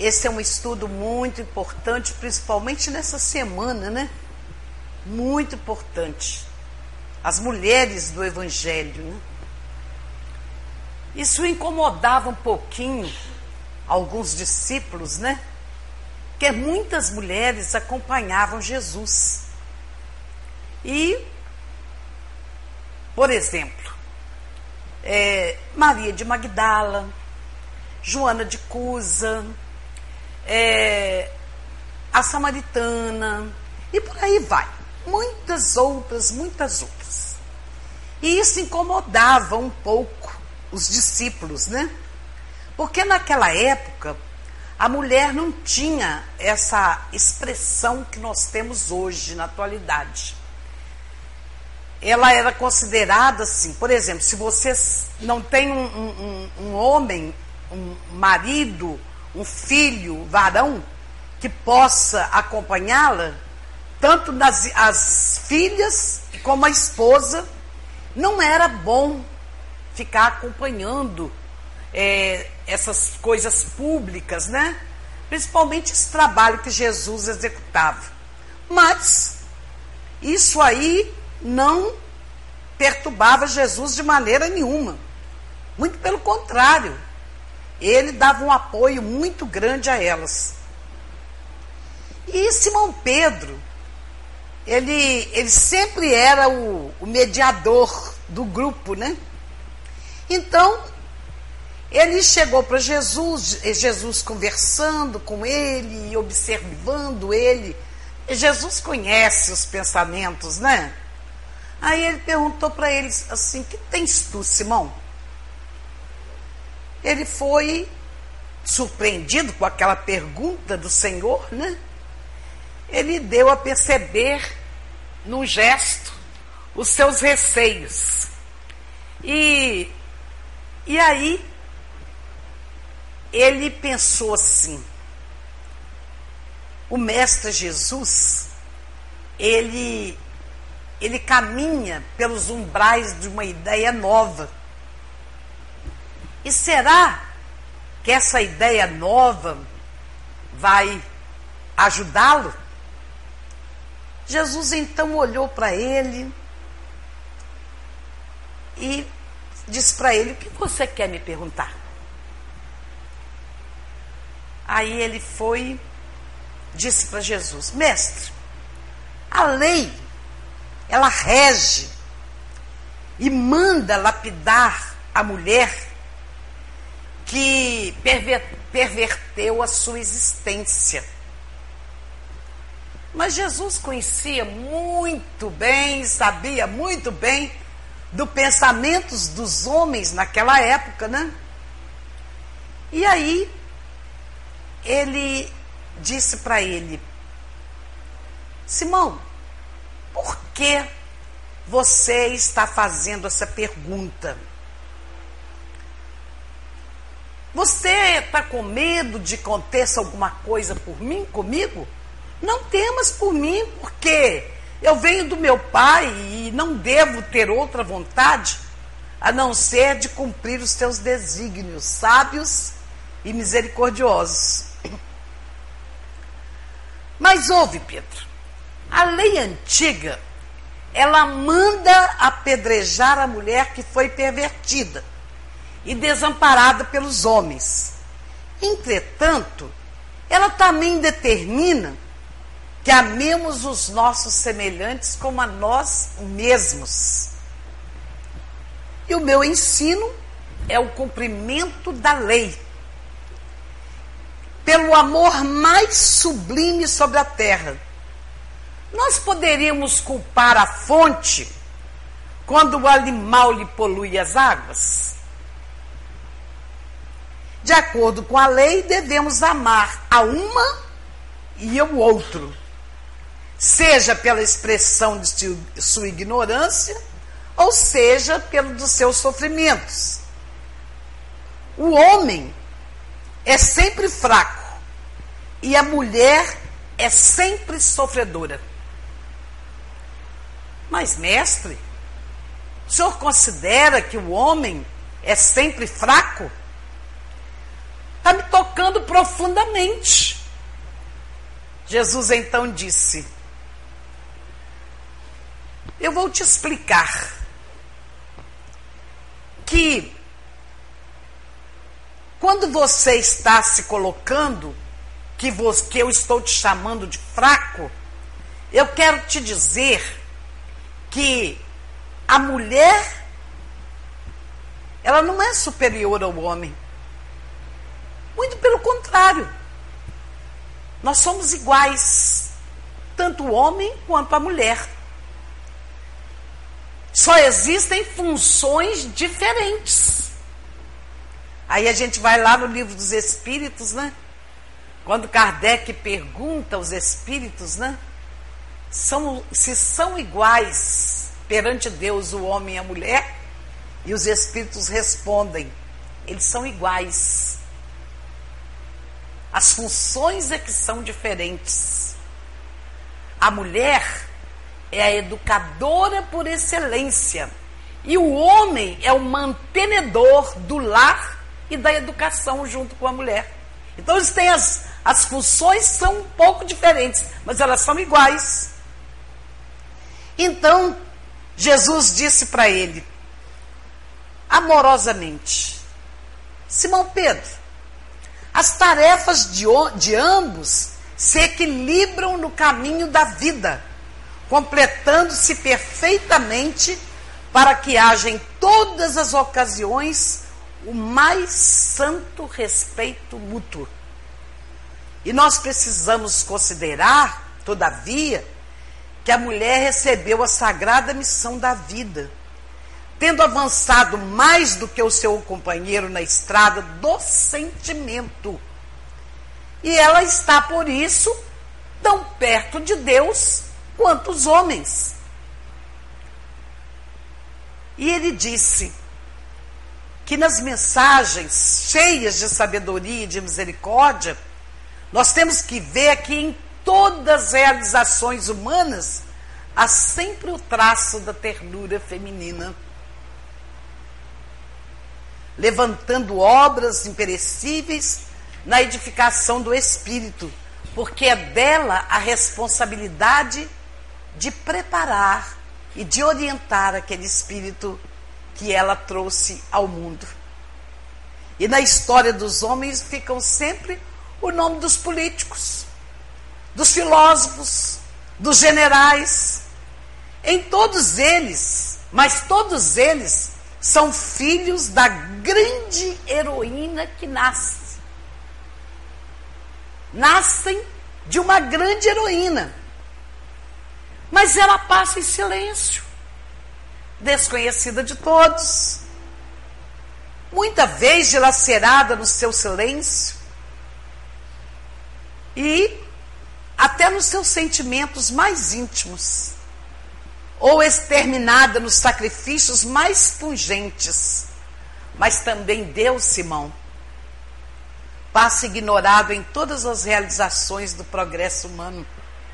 esse é um estudo muito importante, principalmente nessa semana, né? Muito importante. As mulheres do Evangelho, né? Isso incomodava um pouquinho alguns discípulos, né? Porque muitas mulheres acompanhavam Jesus. E, por exemplo, Maria de Magdala, Joana de Cusa, a Samaritana, e por aí vai. Muitas outras. E isso incomodava um pouco os discípulos, né? Porque naquela época, a mulher não tinha essa expressão que nós temos hoje, na atualidade. Ela era considerada assim, por exemplo, se você não tem um homem, um marido, um filho, varão, que possa acompanhá-la, tanto as filhas como a esposa, não era bom ficar acompanhando essas coisas públicas, né? Principalmente esse trabalho que Jesus executava. Mas isso aí não perturbava Jesus de maneira nenhuma. Muito pelo contrário, ele dava um apoio muito grande a elas. E Simão Pedro, ele sempre era o mediador do grupo, né? Então, ele chegou para Jesus, Jesus conversando com ele, observando ele. Jesus conhece os pensamentos, né? Aí ele perguntou para eles assim: que tens tu, Simão? Ele foi surpreendido com aquela pergunta do Senhor, né? Ele deu a perceber, num gesto, os seus receios. E aí, ele pensou assim: o Mestre Jesus, ele caminha pelos umbrais de uma ideia nova. E será que essa ideia nova vai ajudá-lo? Jesus então olhou para ele e disse para ele: o que você quer me perguntar? Aí ele disse para Jesus: mestre, a lei, ela rege e manda lapidar a mulher que perverteu a sua existência. Mas Jesus conhecia muito bem, sabia muito bem dos pensamentos dos homens naquela época, né? E aí, ele disse para ele: Simão, por que você está fazendo essa pergunta? Você está com medo de que aconteça alguma coisa comigo? Não temas por mim, porque eu venho do meu Pai e não devo ter outra vontade a não ser de cumprir os teus desígnios sábios e misericordiosos. Mas ouve, Pedro, a lei antiga, ela manda apedrejar a mulher que foi pervertida e desamparada pelos homens. Entretanto, ela também determina que amemos os nossos semelhantes como a nós mesmos. E o meu ensino é o cumprimento da lei, pelo amor mais sublime sobre a terra. Nós poderíamos culpar a fonte quando o animal lhe polui as águas? De acordo com a lei, devemos amar a uma e ao outro, seja pela expressão de sua ignorância, ou seja, pelo dos seus sofrimentos. O homem é sempre fraco e a mulher é sempre sofredora. Mas, mestre, o senhor considera que o homem é sempre fraco? está me tocando profundamente. Jesus então disse: eu vou te explicar que quando você está se colocando, que eu estou te chamando de fraco, eu quero te dizer que a mulher, ela não é superior ao homem. Muito pelo contrário. Nós somos iguais, tanto o homem quanto a mulher. Só existem funções diferentes. Aí a gente vai lá no Livro dos Espíritos, né? Quando Kardec pergunta aos espíritos, né? Se são iguais perante Deus o homem e a mulher, e os espíritos respondem: eles são iguais. As funções é que são diferentes. A mulher é a educadora por excelência, e o homem é o mantenedor do lar e da educação junto com a mulher. Então eles têm as funções são um pouco diferentes, mas elas são iguais. Então Jesus disse para ele, amorosamente: Simão Pedro, as tarefas de ambos se equilibram no caminho da vida, completando-se perfeitamente para que haja em todas as ocasiões o mais santo respeito mútuo. E nós precisamos considerar, todavia, que a mulher recebeu a sagrada missão da vida, tendo avançado mais do que o seu companheiro na estrada do sentimento. E ela está, por isso, tão perto de Deus quanto os homens. E ele disse que nas mensagens cheias de sabedoria e de misericórdia, nós temos que ver que em todas as realizações humanas há sempre o traço da ternura feminina, levantando obras imperecíveis na edificação do espírito, porque é dela a responsabilidade de preparar e de orientar aquele espírito que ela trouxe ao mundo. E na história dos homens ficam sempre o nome dos políticos, dos filósofos, dos generais. Em todos eles, mas todos eles são filhos da grande heroína que nasce. Nascem de uma grande heroína, mas ela passa em silêncio, desconhecida de todos, muita vez dilacerada no seu silêncio e até nos seus sentimentos mais íntimos, ou exterminada nos sacrifícios mais pungentes. Mas também Deus, Simão, passa ignorado em todas as realizações do progresso humano.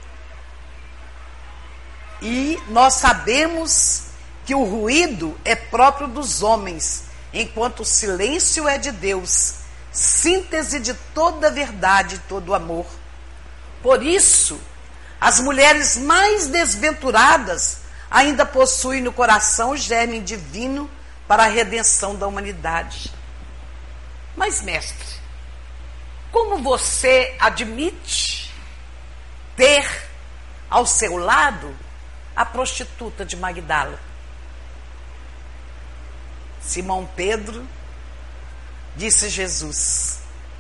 E nós sabemos que o ruído é próprio dos homens, enquanto o silêncio é de Deus, síntese de toda a verdade e todo o amor. Por isso, as mulheres mais desventuradas ainda possuem no coração o germe divino para a redenção da humanidade. Mas, mestre, como você admite ter ao seu lado a prostituta de Magdala? Simão Pedro, disse Jesus,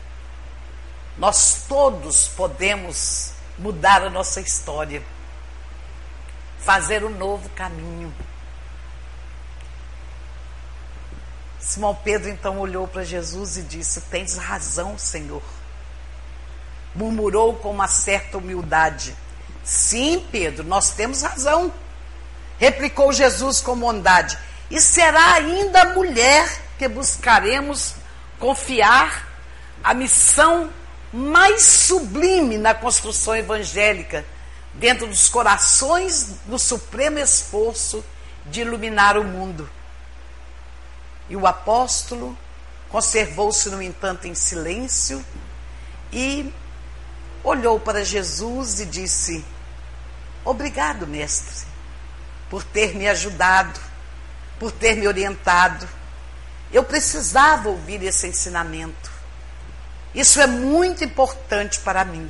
nós todos podemos mudar a nossa história, fazer um novo caminho. Simão Pedro então olhou para Jesus e disse, tens razão, Senhor. Murmurou com uma certa humildade, sim, Pedro, nós temos razão. Replicou Jesus com bondade, e será ainda a mulher que buscaremos confiar a missão mais sublime na construção evangélica, dentro dos corações do supremo esforço de iluminar o mundo. E o apóstolo conservou-se, no entanto, em silêncio e olhou para Jesus e disse: obrigado, mestre, por ter me ajudado, por ter me orientado. Eu precisava ouvir esse ensinamento. Isso é muito importante para mim.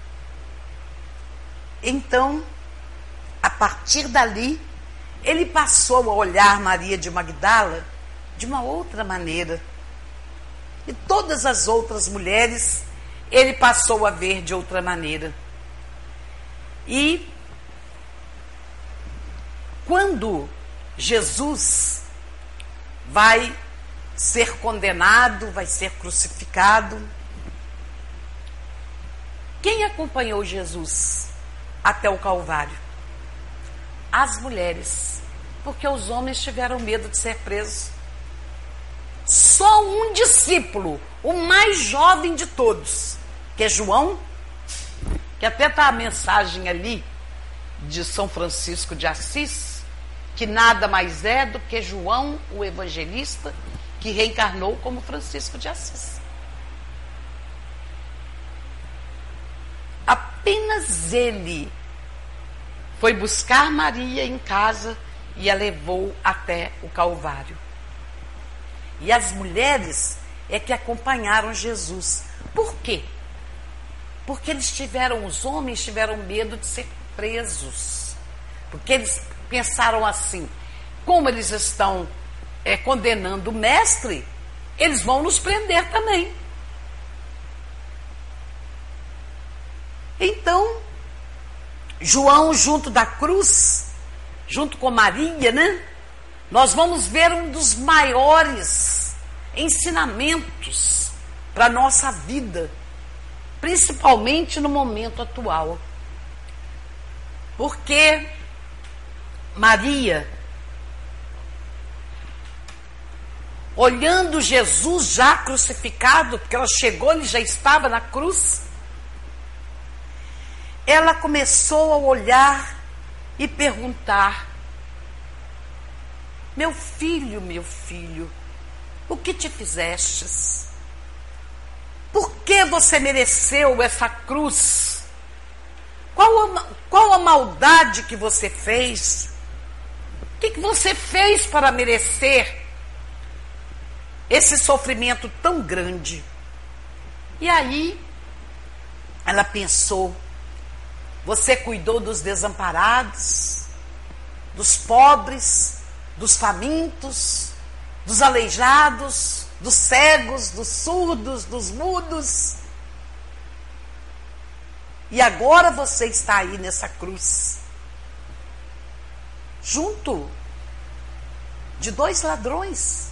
Então, a partir dali, ele passou a olhar Maria de Magdala de uma outra maneira. E todas as outras mulheres, ele passou a ver de outra maneira. E quando Jesus vai ser condenado, vai ser crucificado, quem acompanhou Jesus até o Calvário? As mulheres, porque os homens tiveram medo de ser presos. Só um discípulo, o mais jovem de todos, que é João, que até está a mensagem ali de São Francisco de Assis, que nada mais é do que João, o evangelista, que reencarnou como Francisco de Assis. Apenas ele foi buscar Maria em casa e a levou até o Calvário. E as mulheres é que acompanharam Jesus. Por quê? Porque os homens tiveram medo de ser presos. Porque eles pensaram assim: como eles estão condenando o mestre, eles vão nos prender também. Então, João, junto da cruz, junto com Maria, né? Nós vamos ver um dos maiores ensinamentos para a nossa vida, principalmente no momento atual. Porque Maria, olhando Jesus já crucificado, porque ela chegou, ele já estava na cruz, ela começou a olhar e perguntar: meu filho, o que te fizestes? Por que você mereceu essa cruz? Qual a maldade que você fez? O que você fez para merecer esse sofrimento tão grande? E aí, ela pensou: você cuidou dos desamparados, dos pobres, dos famintos, dos aleijados, dos cegos, dos surdos, dos mudos. E agora você está aí nessa cruz, junto de 2 ladrões.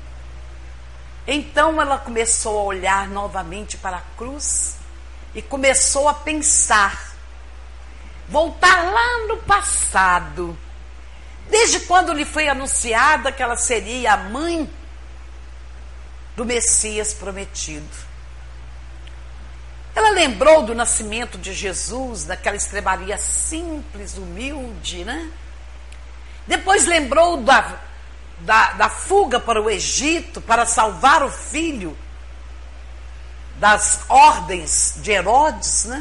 Então ela começou a olhar novamente para a cruz e começou a pensar, voltar lá no passado, desde quando lhe foi anunciada que ela seria a mãe do Messias prometido. Ela lembrou do nascimento de Jesus, daquela estrebaria simples, humilde, né? Depois lembrou da fuga para o Egito, para salvar o filho das ordens de Herodes, né?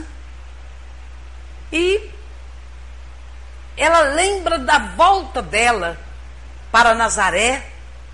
E ela lembra da volta dela para Nazaré,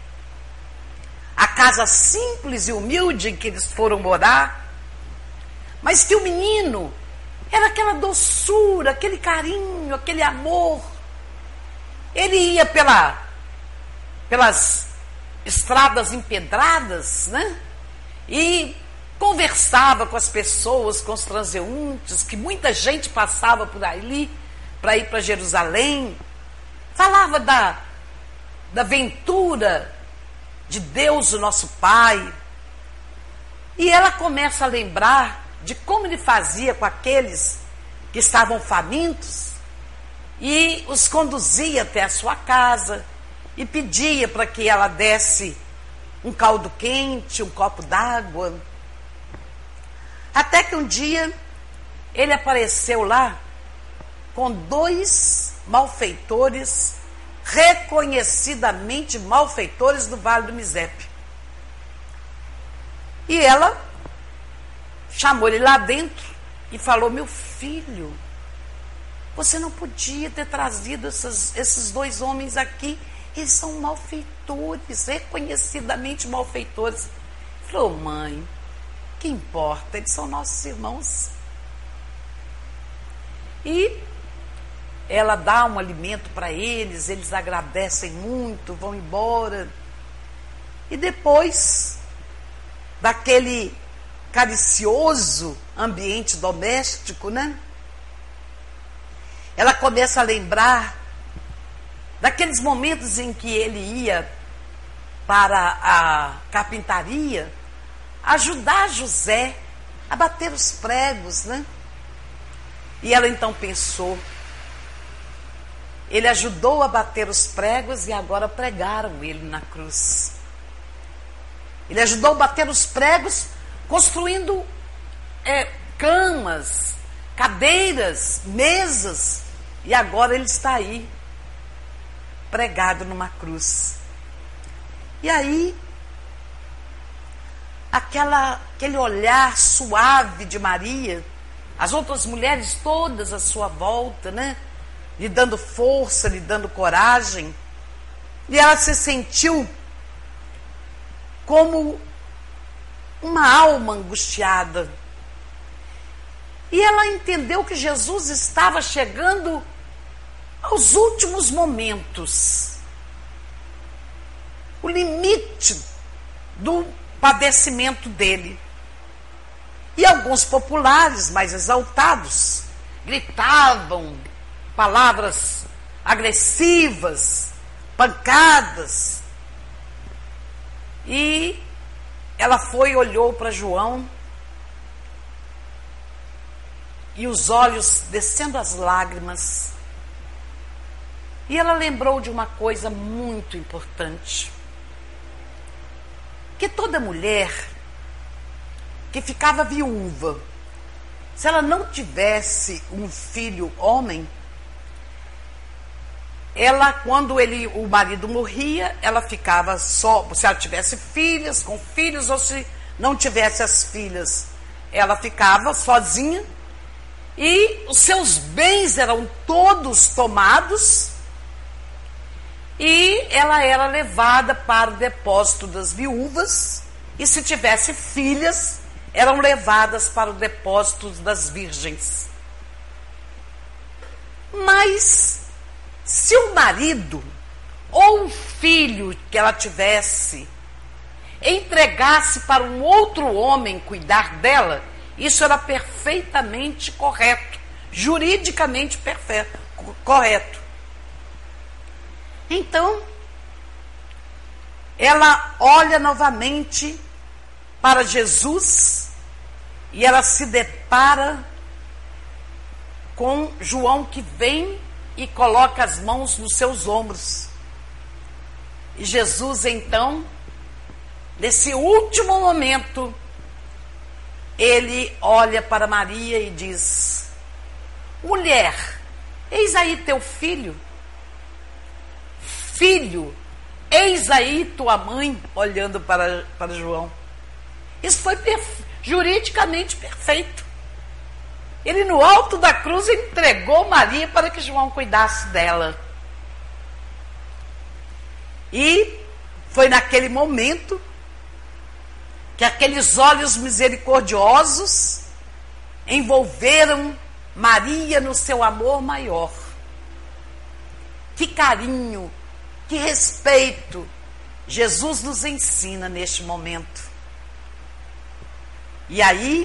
a casa simples e humilde em que eles foram morar, mas que o menino era aquela doçura, aquele carinho, aquele amor. Ele ia pelas estradas empedradas, né? E conversava com as pessoas, com os transeuntes, que muita gente passava por ali para ir para Jerusalém. Falava da ventura de Deus, o nosso Pai. E ela começa a lembrar de como ele fazia com aqueles que estavam famintos e os conduzia até a sua casa e pedia para que ela desse um caldo quente, um copo d'água. Até que um dia ele apareceu lá com 2 malfeitores, reconhecidamente malfeitores do Vale do Misepe. E ela chamou ele lá dentro e falou: meu filho, você não podia ter trazido esses dois homens aqui, eles são malfeitores, reconhecidamente malfeitores. Ele falou: mãe, que importa, eles são nossos irmãos. E ela dá um alimento para eles, eles agradecem muito, vão embora. E depois daquele caricioso ambiente doméstico, né? Ela começa a lembrar daqueles momentos em que ele ia para a carpintaria ajudar José a bater os pregos, né? E ela então pensou: ele ajudou a bater os pregos e agora pregaram ele na cruz. Ele ajudou a bater os pregos construindo camas, cadeiras, mesas, e agora ele está aí, pregado numa cruz. E aí, aquele olhar suave de Maria, as outras mulheres todas à sua volta, né? Lhe dando força, lhe dando coragem, e ela se sentiu como uma alma angustiada. E ela entendeu que Jesus estava chegando aos últimos momentos, o limite do padecimento dele. E alguns populares mais exaltados gritavam palavras agressivas, pancadas. E ela foi e olhou para João, e os olhos descendo as lágrimas. E ela lembrou de uma coisa muito importante: que toda mulher que ficava viúva, se ela não tivesse um filho homem, ela, quando o marido morria, ela ficava só, se ela tivesse filhas, com filhos, ou se não tivesse as filhas, ela ficava sozinha, e os seus bens eram todos tomados, e ela era levada para o depósito das viúvas, e se tivesse filhas, eram levadas para o depósito das virgens. Mas se o marido ou o filho que ela tivesse entregasse para um outro homem cuidar dela, isso era perfeitamente correto, juridicamente correto. Então, ela olha novamente para Jesus e ela se depara com João, que vem e coloca as mãos nos seus ombros. E Jesus, então, nesse último momento, ele olha para Maria e diz: mulher, eis aí teu filho. Filho, eis aí tua mãe, olhando para João. Isso foi juridicamente perfeito. Ele, no alto da cruz, entregou Maria para que João cuidasse dela. E foi naquele momento que aqueles olhos misericordiosos envolveram Maria no seu amor maior. Que carinho, que respeito Jesus nos ensina neste momento. E aí,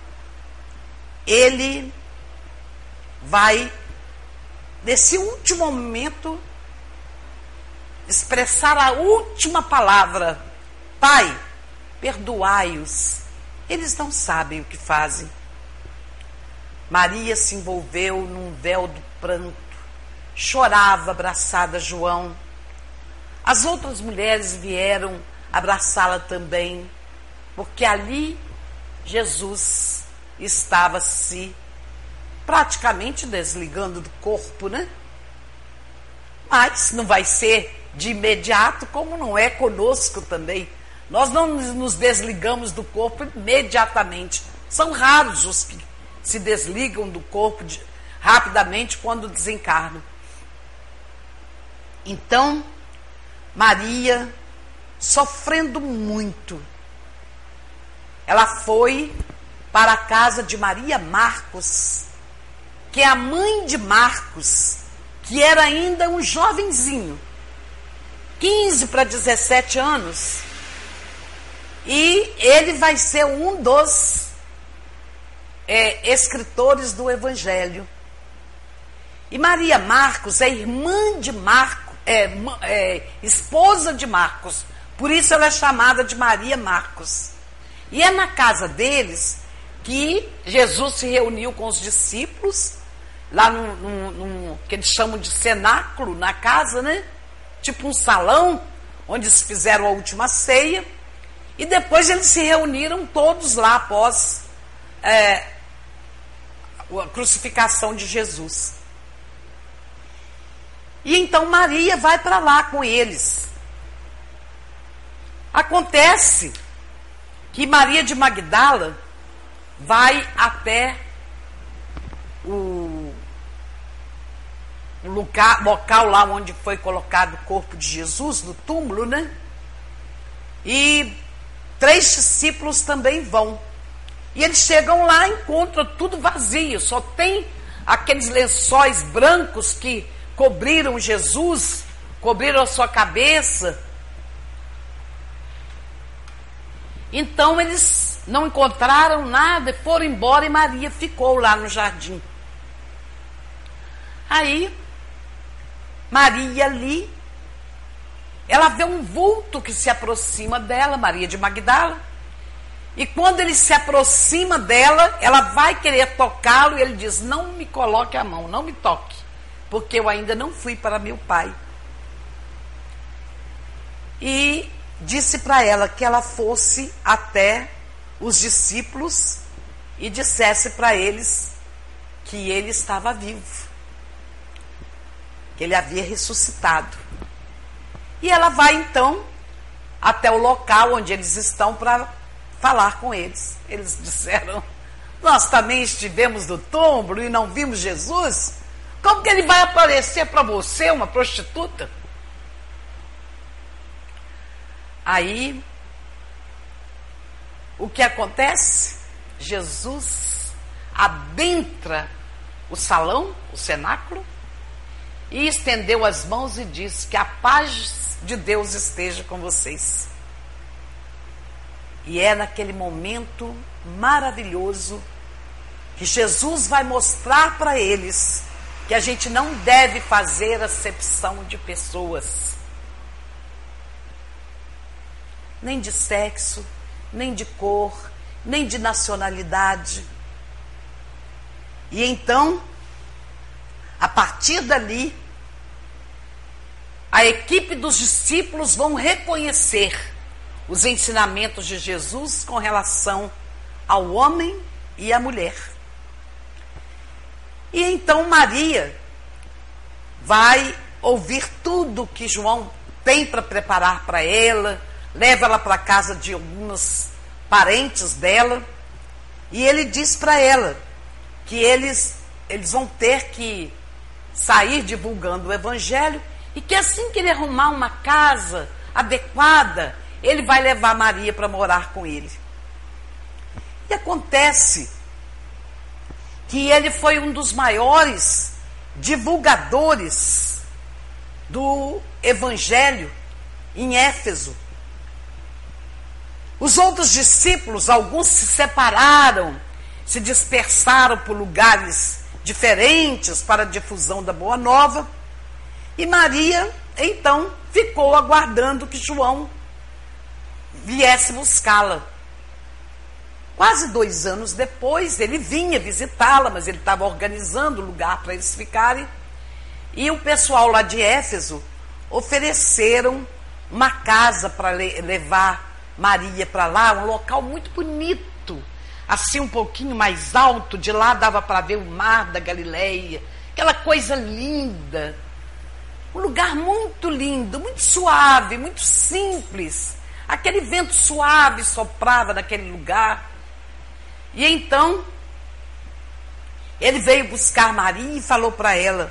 ele vai, nesse último momento, expressar a última palavra: Pai, perdoai-os, eles não sabem o que fazem. Maria se envolveu num véu do pranto, chorava abraçada a João. As outras mulheres vieram abraçá-la também, porque ali Jesus estava se praticamente desligando do corpo, né? Mas não vai ser de imediato, como não é conosco também. Nós não nos desligamos do corpo imediatamente. São raros os que se desligam do corpo rapidamente quando desencarnam. Então, Maria, sofrendo muito, ela foi para a casa de Maria Marcos, que é a mãe de Marcos, que era ainda um jovenzinho, 15 para 17 anos, e ele vai ser um dos escritores do Evangelho. E Maria Marcos é irmã de Marcos, esposa de Marcos, por isso ela é chamada de Maria Marcos. E é na casa deles que Jesus se reuniu com os discípulos, lá no que eles chamam de cenáculo, na casa, né? Tipo um salão, onde eles fizeram a última ceia, e depois eles se reuniram todos lá após a crucificação de Jesus. E então Maria vai para lá com eles. Acontece que Maria de Magdala vai até o local lá onde foi colocado o corpo de Jesus, no túmulo, né? E 3 discípulos também vão. E eles chegam lá e encontram tudo vazio, só tem aqueles lençóis brancos que cobriram Jesus, cobriram a sua cabeça. Então eles não encontraram nada, foram embora e Maria ficou lá no jardim. Aí, Maria ali, ela vê um vulto que se aproxima dela, Maria de Magdala. E quando ele se aproxima dela, ela vai querer tocá-lo e ele diz: não me coloque a mão, não me toque, porque eu ainda não fui para meu pai. E disse para ela que ela fosse até os discípulos e dissesse para eles que ele estava vivo, que ele havia ressuscitado. E ela vai então até o local onde eles estão para falar com eles. Eles disseram: nós também estivemos no túmulo e não vimos Jesus? Como que ele vai aparecer para você, uma prostituta? Aí, o que acontece? Jesus adentra o salão, o cenáculo, e estendeu as mãos e disse: que a paz de Deus esteja com vocês. E é naquele momento maravilhoso que Jesus vai mostrar para eles que a gente não deve fazer acepção de pessoas, nem de sexo, nem de cor, nem de nacionalidade. E então, a partir dali, a equipe dos discípulos vão reconhecer os ensinamentos de Jesus com relação ao homem e à mulher. E então Maria vai ouvir tudo que João tem para preparar para ela, leva ela para a casa de alguns parentes dela, e ele diz para ela que eles vão ter que sair divulgando o Evangelho, e que assim que ele arrumar uma casa adequada, ele vai levar Maria para morar com ele. E acontece que ele foi um dos maiores divulgadores do Evangelho em Éfeso. Os outros discípulos, alguns se separaram, se dispersaram por lugares diferentes para a difusão da Boa Nova. E Maria, então, ficou aguardando que João viesse buscá-la. Quase 2 anos depois, ele vinha visitá-la, mas ele estava organizando o lugar para eles ficarem. E o pessoal lá de Éfeso ofereceram uma casa para levar Maria para lá, um local muito bonito, assim um pouquinho mais alto. De lá dava para ver o mar da Galileia, aquela coisa linda. Um lugar muito lindo, muito suave, muito simples. aquele vento suave soprava naquele lugar. E então, ele veio buscar Maria e falou para ela: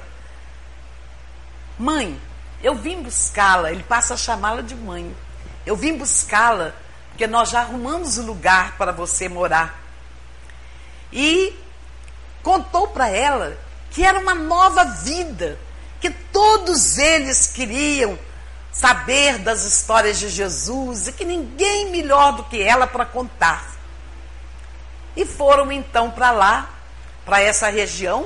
mãe, eu vim buscá-la. Ele passa a chamá-la de mãe. Eu vim buscá-la porque nós já arrumamos o lugar para você morar. E contou para ela que era uma nova vida, que todos eles queriam saber das histórias de Jesus e que ninguém melhor do que ela para contar. E foram então para lá, para essa região,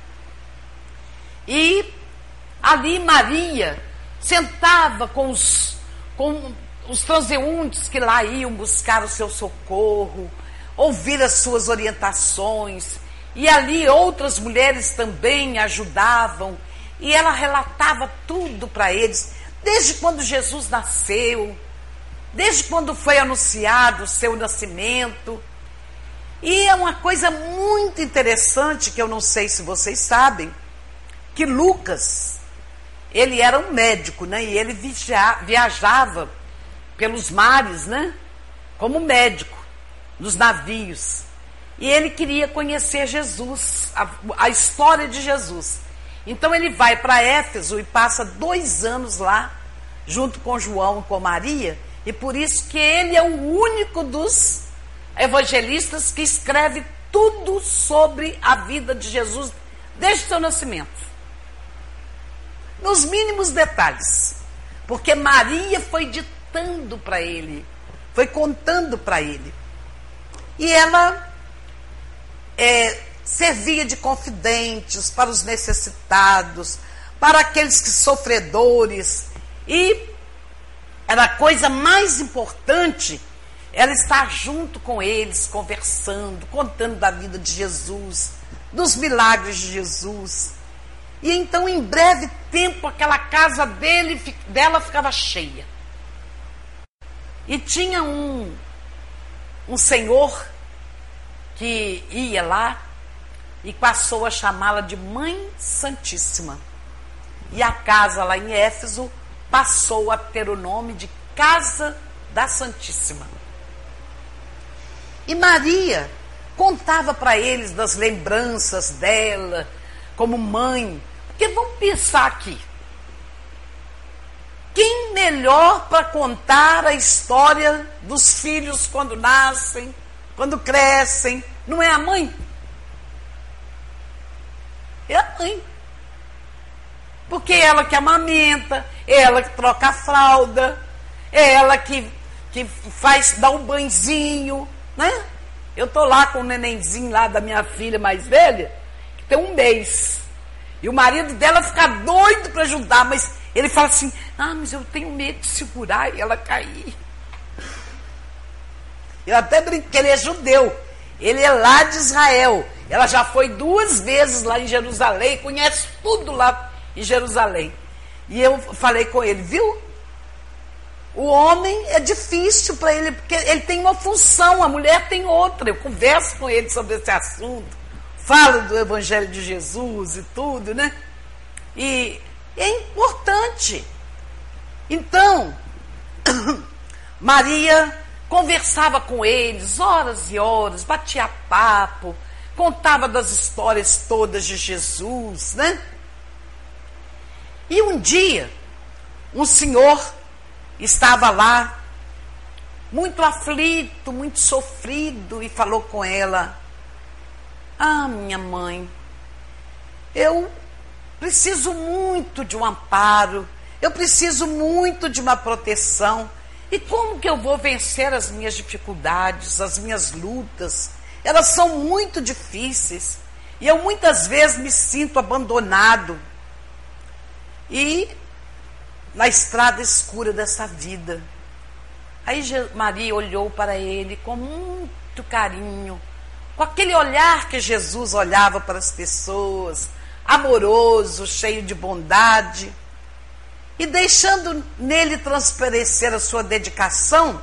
e ali Maria sentava com os transeuntes que lá iam buscar o seu socorro, ouvir as suas orientações, e ali outras mulheres também ajudavam, e ela relatava tudo para eles, desde quando Jesus nasceu, desde quando foi anunciado o seu nascimento. E é uma coisa muito interessante, que eu não sei se vocês sabem, que Lucas, ele era um médico, né? E ele viajava pelos mares, né? Como médico, nos navios. E ele queria conhecer Jesus, a história de Jesus. Então ele vai para Éfeso e passa 2 anos lá, junto com João e com Maria, e por isso que ele é o único dos evangelistas que escreve tudo sobre a vida de Jesus desde o seu nascimento, nos mínimos detalhes, porque Maria foi ditando para ele, foi contando para ele, e ela servia de confidentes para os necessitados, para aqueles que sofredores, e era a coisa mais importante ela estar junto com eles, conversando, contando da vida de Jesus, dos milagres de Jesus. E então, em breve tempo, aquela casa dela ficava cheia. E tinha um senhor que ia lá e passou a chamá-la de Mãe Santíssima. E a casa lá em Éfeso passou a ter o nome de Casa da Santíssima. E Maria contava para eles das lembranças dela como mãe. Porque vamos pensar aqui, quem melhor para contar a história dos filhos quando nascem, quando crescem, não é a mãe? É a mãe. Porque é ela que amamenta, é ela que troca a fralda, é ela que dá um banhozinho, né? Eu tô lá com o nenenzinho lá da minha filha mais velha, que tem 1 mês. E o marido dela fica doido para ajudar, mas ele fala assim: mas eu tenho medo de segurar e ela cair. Eu até brinquei, ele é judeu, ele é lá de Israel. Ela já foi 2 vezes lá em Jerusalém, conhece tudo lá em Jerusalém. E eu falei com ele, viu? O homem é difícil para ele, porque ele tem uma função, a mulher tem outra. Eu converso com ele sobre esse assunto, falo do Evangelho de Jesus e tudo, né? E é importante. Então, Maria conversava com eles horas e horas, batia papo, contava das histórias todas de Jesus, né? E um dia, um senhor estava lá, muito aflito, muito sofrido, e falou com ela: minha mãe, eu preciso muito de um amparo, eu preciso muito de uma proteção. E como que eu vou vencer as minhas dificuldades, as minhas lutas? Elas são muito difíceis, e eu muitas vezes me sinto abandonado. E na estrada escura dessa vida. Aí Maria olhou para ele com muito carinho, com aquele olhar que Jesus olhava para as pessoas, amoroso, cheio de bondade, e deixando nele transparecer a sua dedicação,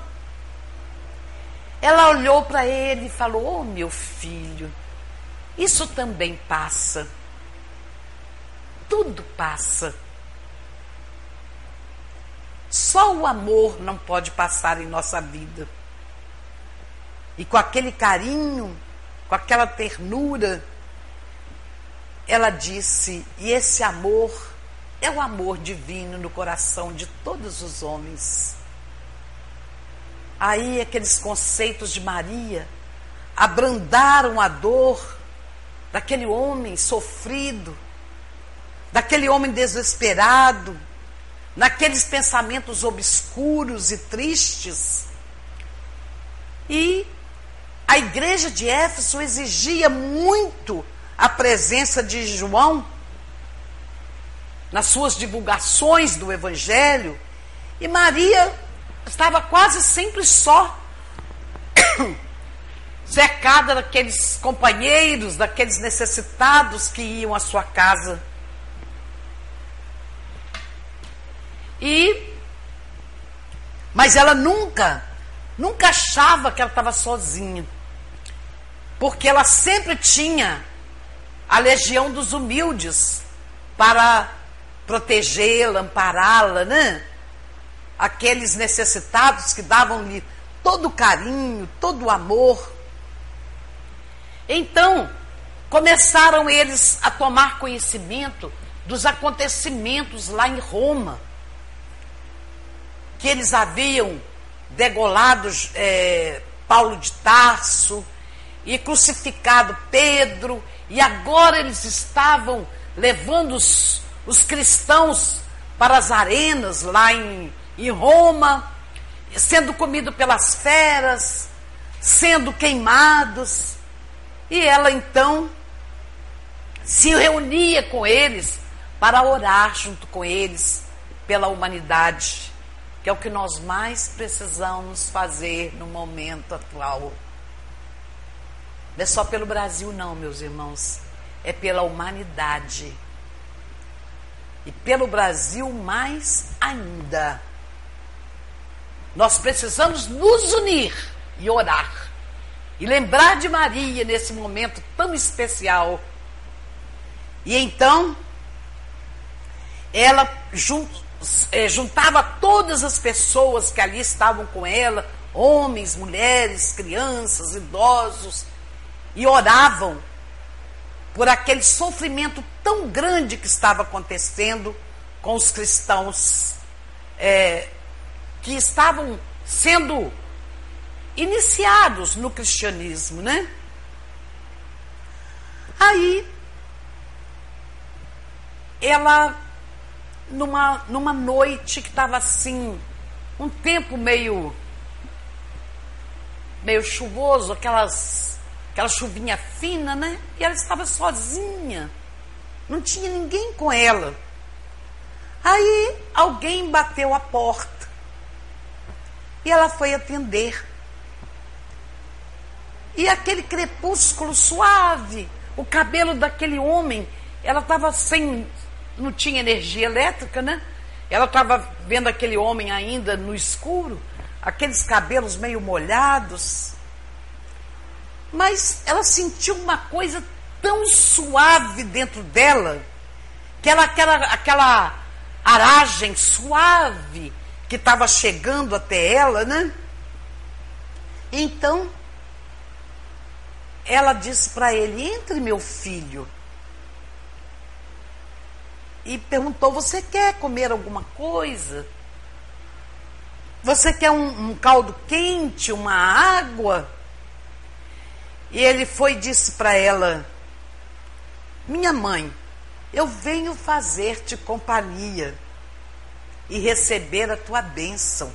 ela olhou para ele e falou: meu filho, isso também passa. Tudo passa. Só o amor não pode passar em nossa vida. E com aquele carinho, com aquela ternura, ela disse, e esse amor é o amor divino no coração de todos os homens. Aí aqueles conceitos de Maria abrandaram a dor daquele homem sofrido, daquele homem desesperado, naqueles pensamentos obscuros e tristes. E a igreja de Éfeso exigia muito a presença de João nas suas divulgações do Evangelho, e Maria estava quase sempre só, cercada daqueles companheiros, daqueles necessitados que iam à sua casa. Mas ela nunca achava que ela estava sozinha, porque ela sempre tinha a legião dos humildes para protegê-la, ampará-la, né? Aqueles necessitados que davam-lhe todo o carinho, todo o amor. Então, começaram eles a tomar conhecimento dos acontecimentos lá em Roma, que eles haviam degolado Paulo de Tarso e crucificado Pedro, e agora eles estavam levando os cristãos para as arenas lá em Roma, sendo comidos pelas feras, sendo queimados. E ela então se reunia com eles para orar junto com eles pela humanidade, que é o que nós mais precisamos fazer no momento atual. Não é só pelo Brasil não, meus irmãos, é pela humanidade. E pelo Brasil mais ainda. Nós precisamos nos unir e orar. E lembrar de Maria nesse momento tão especial. E então, ela juntava todas as pessoas que ali estavam com ela, homens, mulheres, crianças, idosos, e oravam por aquele sofrimento tão grande que estava acontecendo com os cristãos que estavam sendo iniciados no cristianismo, né? Aí, ela, numa noite que estava assim, um tempo meio chuvoso, aquela chuvinha fina, né? E ela estava sozinha, não tinha ninguém com ela. Aí alguém bateu a porta e ela foi atender. E aquele crepúsculo suave, o cabelo daquele homem, ela estava não tinha energia elétrica, né? Ela estava vendo aquele homem ainda no escuro, aqueles cabelos meio molhados. Mas ela sentiu uma coisa tão suave dentro dela, que aquela aragem suave que estava chegando até ela, né? Então, ela disse para ele: entre, meu filho. E perguntou: você quer comer alguma coisa? Você quer um caldo quente, uma água? E ele foi e disse para ela: minha mãe, eu venho fazer-te companhia e receber a tua bênção.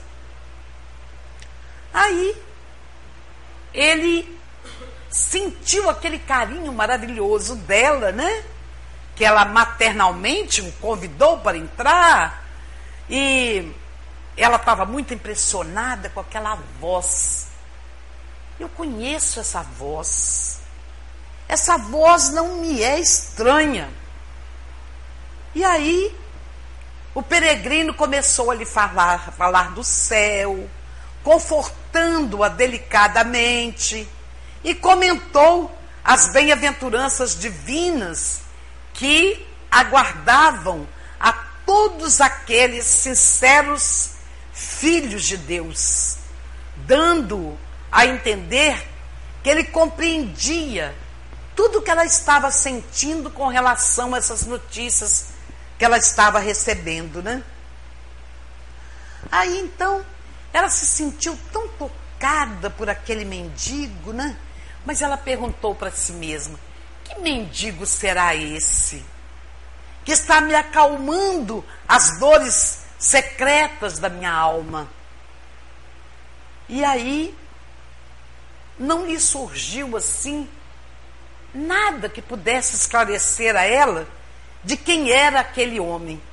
Aí, ele sentiu aquele carinho maravilhoso dela, né? Que ela maternalmente o convidou para entrar, e ela estava muito impressionada com aquela voz. Eu conheço essa voz. Essa voz não me é estranha. E aí, o peregrino começou a lhe falar do céu, confortando-a delicadamente, e comentou as bem-aventuranças divinas que aguardavam a todos aqueles sinceros filhos de Deus, dando a entender que ele compreendia tudo que ela estava sentindo com relação a essas notícias que ela estava recebendo, né? Aí então ela se sentiu tão tocada por aquele mendigo, né? Mas ela perguntou para si mesma: que mendigo será esse que está me acalmando as dores secretas da minha alma? E aí não lhe surgiu assim nada que pudesse esclarecer a ela de quem era aquele homem.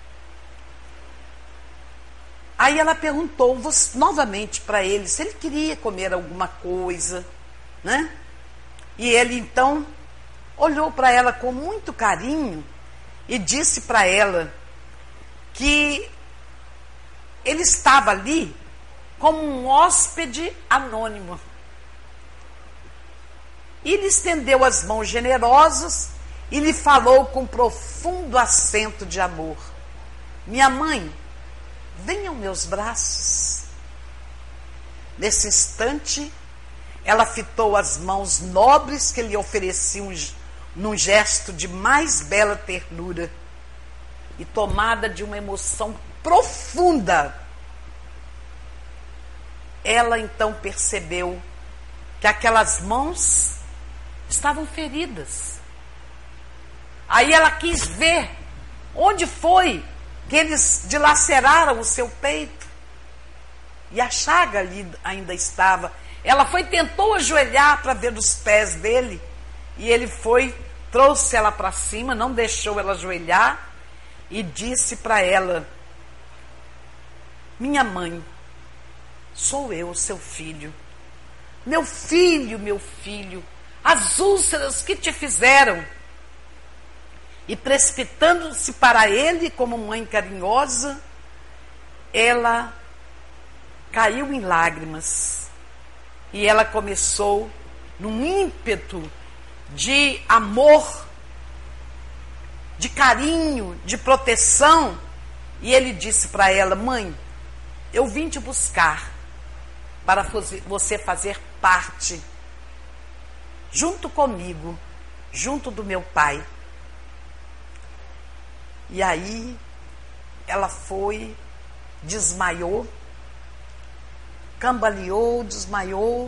Aí ela perguntou novamente para ele se ele queria comer alguma coisa, né? E ele então olhou para ela com muito carinho e disse para ela que ele estava ali como um hóspede anônimo. E lhe estendeu as mãos generosas e lhe falou com profundo acento de amor: minha mãe, venha aos meus braços. Nesse instante, ela fitou as mãos nobres que lhe ofereciam num gesto de mais bela ternura, e tomada de uma emoção profunda, ela então percebeu que aquelas mãos estavam feridas. Aí ela quis ver onde foi que eles dilaceraram o seu peito, e a chaga ali ainda estava. Ela tentou ajoelhar para ver os pés dele, e ele trouxe ela para cima, não deixou ela ajoelhar, e disse para ela: minha mãe, sou eu, seu filho. Meu filho, as úlceras que te fizeram. E precipitando-se para ele como mãe carinhosa, ela caiu em lágrimas. E ela começou, num ímpeto de amor, de carinho, de proteção, e ele disse para ela: mãe, eu vim te buscar para você fazer parte, junto comigo, junto do meu pai. E aí ela desmaiou, cambaleou, desmaiou,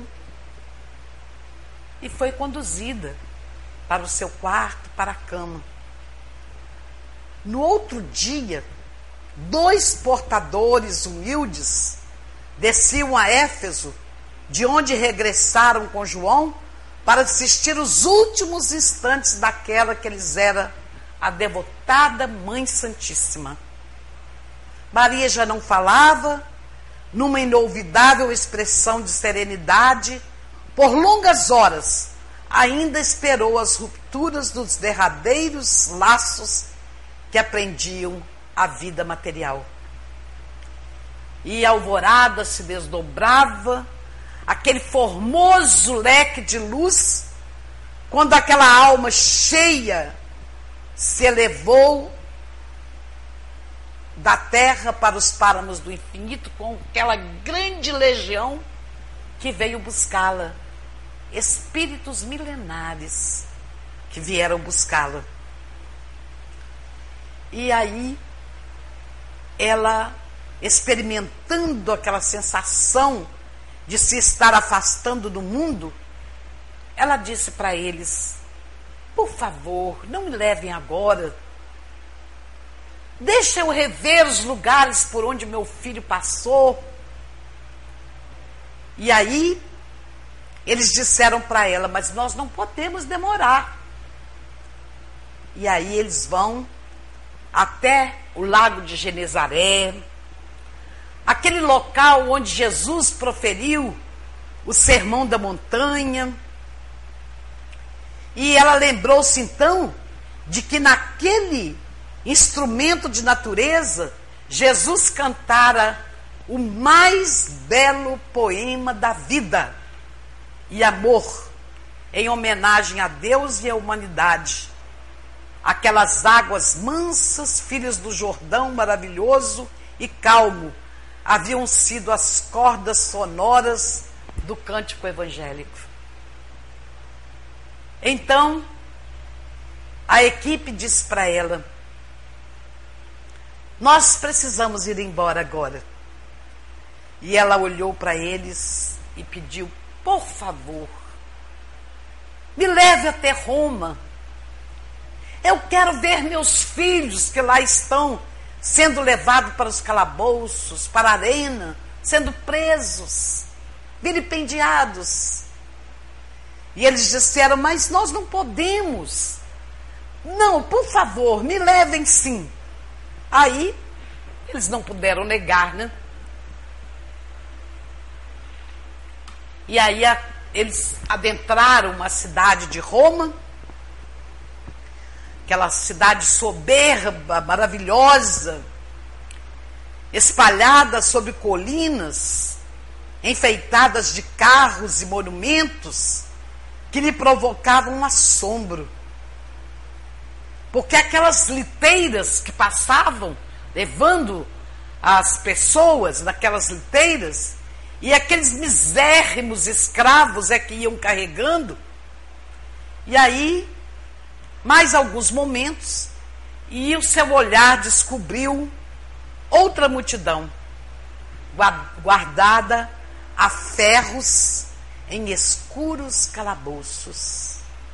e foi conduzida para o seu quarto, para a cama. No outro dia, 2 portadores humildes desciam a Éfeso, de onde regressaram com João, para assistir os últimos instantes daquela que lhes era a devotada Mãe Santíssima. Maria já não falava, numa inolvidável expressão de serenidade, por longas horas, ainda esperou as rupturas dos derradeiros laços que aprendiam a vida material. E a alvorada se desdobrava, aquele formoso leque de luz, quando aquela alma cheia se elevou da terra para os páramos do infinito, com aquela grande legião que veio buscá-la, espíritos milenares que vieram buscá-la. E aí, ela, experimentando aquela sensação de se estar afastando do mundo, ela disse para eles: por favor, não me levem agora. Deixa eu rever os lugares por onde meu filho passou. E aí, eles disseram para ela: mas nós não podemos demorar. E aí eles vão até o lago de Genezaré, aquele local onde Jesus proferiu o sermão da montanha. E ela lembrou-se então de que naquele instrumento de natureza, Jesus cantara o mais belo poema da vida e amor, em homenagem a Deus e à humanidade. Aquelas águas mansas, filhas do Jordão maravilhoso e calmo, haviam sido as cordas sonoras do cântico evangélico. Então, a equipe disse para ela: nós precisamos ir embora agora. E ela olhou para eles e pediu: por favor, me leve até Roma. Eu quero ver meus filhos que lá estão sendo levados para os calabouços, para a arena, sendo presos, vilipendiados. E eles disseram: mas nós não podemos. Não, por favor, me levem sim. Aí, eles não puderam negar, né? E aí eles adentraram uma cidade de Roma, aquela cidade soberba, maravilhosa, espalhada sobre colinas, enfeitadas de carros e monumentos, que lhe provocavam um assombro. Porque aquelas liteiras que passavam, levando as pessoas naquelas liteiras, e aqueles misérrimos escravos é que iam carregando. E aí, mais alguns momentos, e o seu olhar descobriu outra multidão, guardada a ferros em escuros calabouços.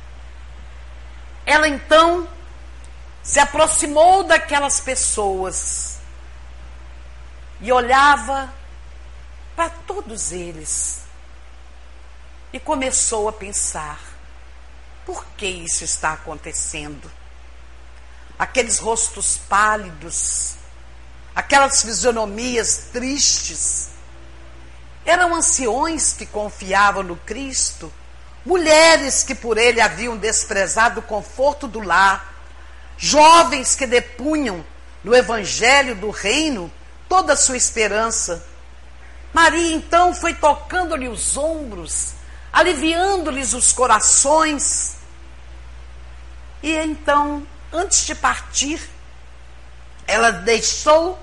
Ela então se aproximou daquelas pessoas e olhava para todos eles e começou a pensar: por que isso está acontecendo? Aqueles rostos pálidos, aquelas fisionomias tristes, eram anciões que confiavam no Cristo, mulheres que por ele haviam desprezado o conforto do lar, jovens que depunham no evangelho do reino toda a sua esperança. Maria então foi tocando-lhe os ombros, aliviando-lhes os corações. E então, antes de partir, ela deixou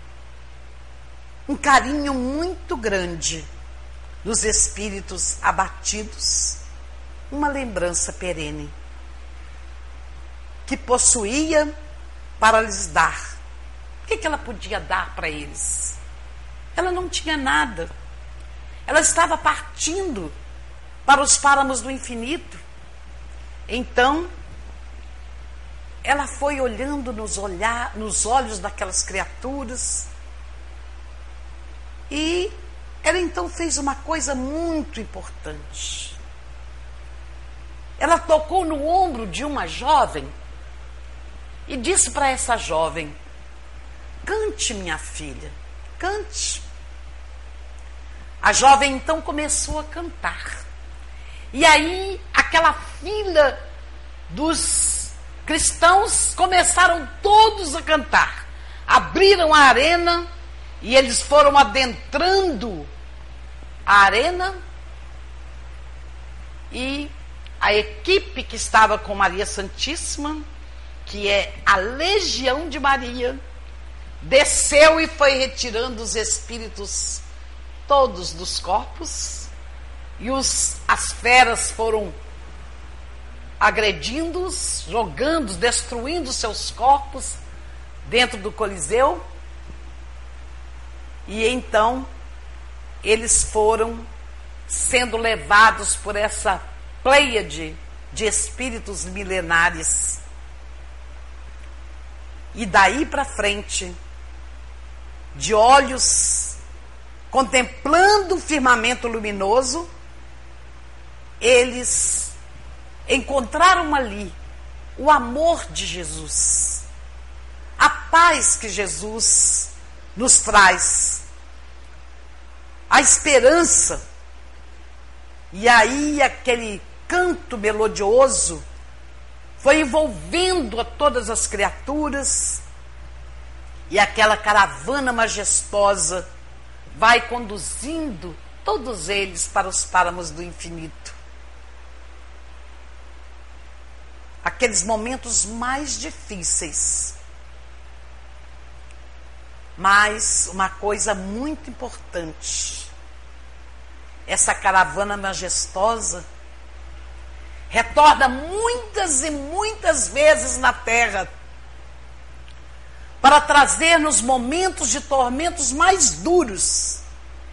um carinho muito grande nos espíritos abatidos, uma lembrança perene que possuía para lhes dar. O que ela podia dar para eles? Ela não tinha nada. Ela estava partindo para os páramos do infinito. Então, ela foi olhando nos olhos daquelas criaturas, e ela então fez uma coisa muito importante. Ela tocou no ombro de uma jovem e disse para essa jovem: cante, minha filha, cante. A jovem então começou a cantar. E aí aquela fila dos cristãos começaram todos a cantar. Abriram a arena e eles foram adentrando a arena, e a equipe que estava com Maria Santíssima, que é a Legião de Maria, desceu e foi retirando os espíritos todos dos corpos, e as feras foram agredindo-os, jogando, destruindo seus corpos dentro do Coliseu. E então eles foram sendo levados por essa pleiade de espíritos milenares. E daí para frente, de olhos contemplando o firmamento luminoso, eles encontraram ali o amor de Jesus, a paz que Jesus nos traz, a esperança. E aí aquele canto melodioso foi envolvendo a todas as criaturas, e aquela caravana majestosa vai conduzindo todos eles para os páramos do infinito. Aqueles momentos mais difíceis, Mas uma coisa muito importante, essa caravana majestosa retorna muitas e muitas vezes na terra para trazer nos momentos de tormentos mais duros.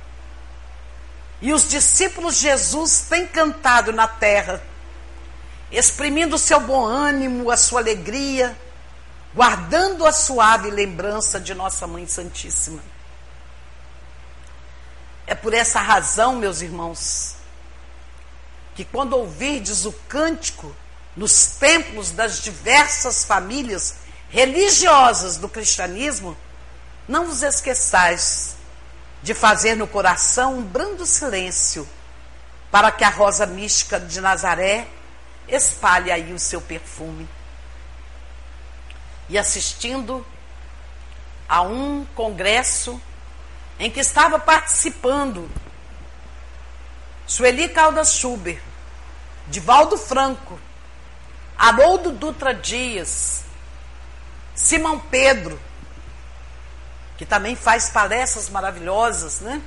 E os discípulos de Jesus têm cantado na terra, exprimindo o seu bom ânimo, a sua alegria, guardando a suave lembrança de nossa Mãe Santíssima. É por essa razão, meus irmãos, que quando ouvirdes o cântico nos templos das diversas famílias religiosas do cristianismo, não vos esqueçais de fazer no coração um brando silêncio, para que a rosa mística de Nazaré espalhe aí o seu perfume. E assistindo a um congresso em que estava participando Sueli Caldas Schubert, Divaldo Franco, Haroldo Dutra Dias, Simão Pedro, que também faz palestras maravilhosas, né?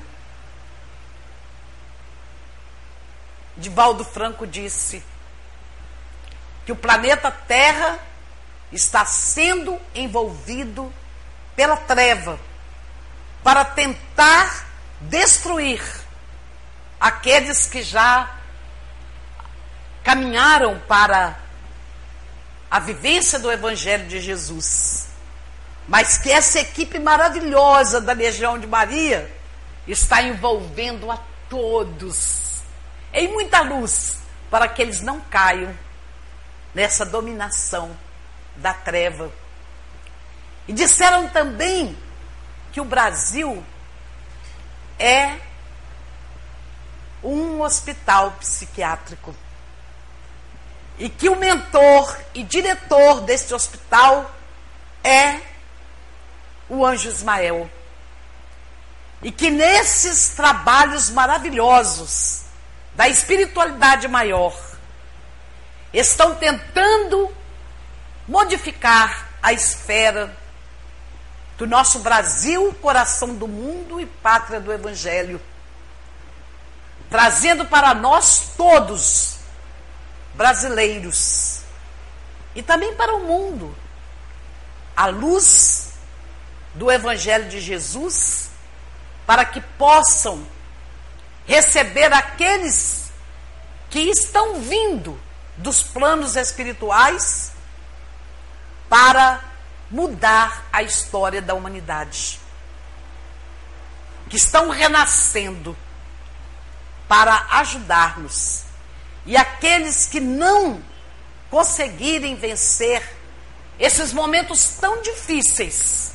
Divaldo Franco disse que o planeta Terra está sendo envolvido pela treva para tentar destruir aqueles que já caminharam para a vivência do Evangelho de Jesus. Mas que essa equipe maravilhosa da Legião de Maria está envolvendo a todos em muita luz, para que eles não caiam nessa dominação da treva. E disseram também que o Brasil é um hospital psiquiátrico e que o mentor e diretor deste hospital é o Anjo Ismael, e que nesses trabalhos maravilhosos da espiritualidade maior estão tentando modificar a esfera do nosso Brasil, coração do mundo e pátria do Evangelho, trazendo para nós todos, brasileiros, e também para o mundo, a luz do Evangelho de Jesus, para que possam receber aqueles que estão vindo dos planos espirituais para mudar a história da humanidade, que estão renascendo para ajudar-nos. E aqueles que não conseguirem vencer esses momentos tão difíceis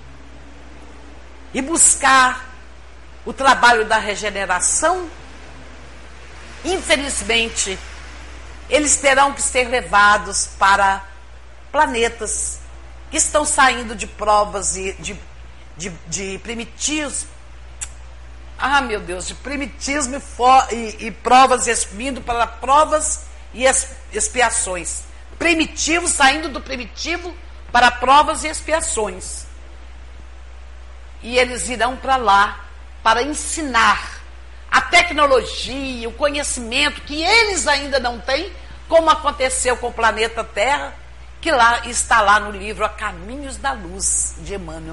e buscar o trabalho da regeneração, infelizmente, eles terão que ser levados para planetas que estão saindo de provas e de primitismo. Ah, meu Deus, de primitismo e provas, vindo para provas e expiações. Primitivo, saindo do primitivo para provas e expiações. E eles irão para lá para ensinar a tecnologia, o conhecimento que eles ainda não têm, como aconteceu com o planeta Terra, que lá está lá no livro A Caminhos da Luz, de Emmanuel.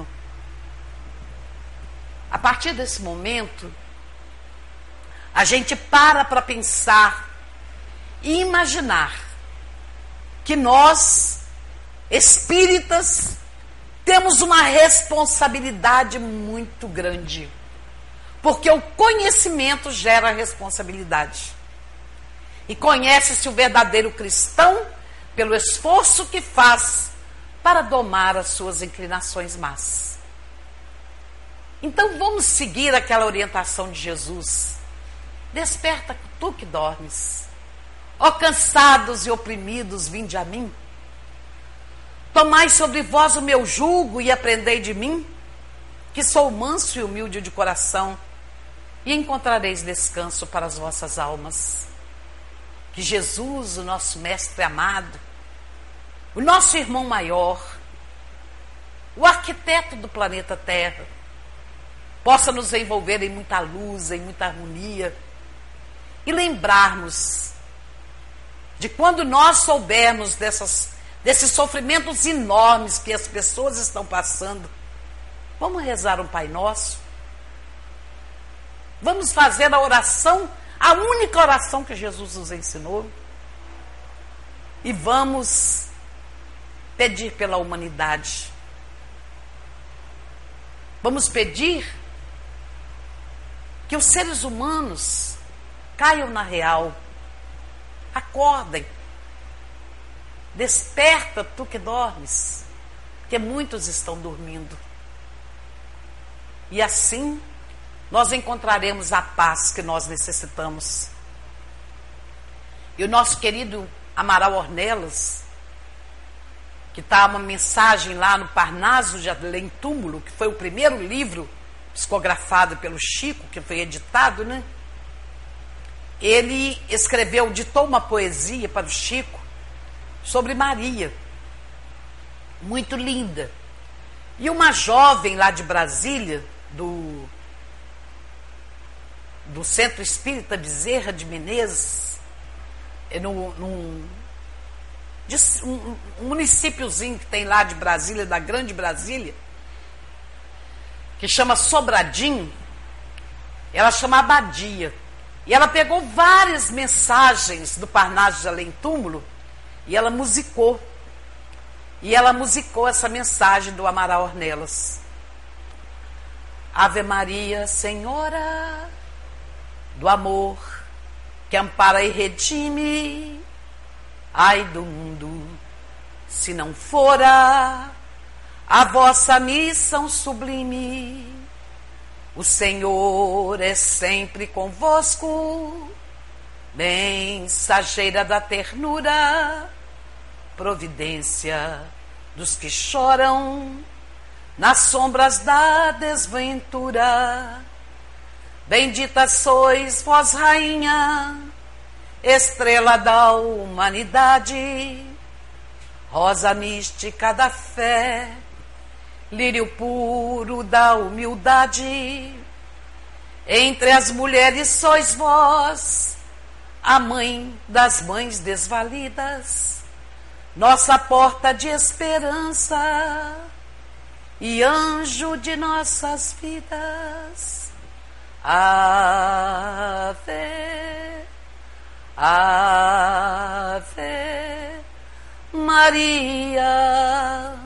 A partir desse momento, a gente para pensar e imaginar que nós, espíritas, temos uma responsabilidade muito grande, porque o conhecimento gera responsabilidade. E conhece-se o verdadeiro cristão pelo esforço que faz para domar as suas inclinações más. Então vamos seguir aquela orientação de Jesus. Desperta tu que dormes. Ó cansados e oprimidos, vinde a mim. Tomai sobre vós o meu jugo e aprendei de mim, que sou manso e humilde de coração, e encontrareis descanso para as vossas almas. Que Jesus, o nosso mestre amado, o nosso irmão maior, o arquiteto do planeta Terra, possa nos envolver em muita luz, em muita harmonia, e lembrarmos de quando nós soubermos desses sofrimentos enormes que as pessoas estão passando, vamos rezar um Pai Nosso, vamos fazer a oração, a única oração que Jesus nos ensinou, e vamos pedir pela humanidade. Vamos pedir que os seres humanos caiam na real, acordem, desperta tu que dormes, porque muitos estão dormindo. E assim nós encontraremos a paz que nós necessitamos. E o nosso querido Amaral Ornelas, que está uma mensagem lá no Parnaso de Além Túmulo, que foi o primeiro livro psicografado pelo Chico, que foi editado, né? Ele ditou uma poesia para o Chico sobre Maria, muito linda. E uma jovem lá de Brasília, do Centro Espírita Bezerra de Menezes, um municípiozinho que tem lá de Brasília, da Grande Brasília, que chama Sobradinho, ela chama Abadia. E ela pegou várias mensagens do Parnaso de Além Túmulo e ela musicou. E ela musicou essa mensagem do Amaral Ornelas. Ave Maria, Senhora do amor, que ampara e redime, ai do mundo, se não fora a vossa missão sublime. O Senhor é sempre convosco, mensageira da ternura, providência dos que choram nas sombras da desventura. Bendita sois vós, rainha, estrela da humanidade, rosa mística da fé, lírio puro da humildade. Entre as mulheres sois vós, a mãe das mães desvalidas, nossa porta de esperança e anjo de nossas vidas. Ave, Ave Maria.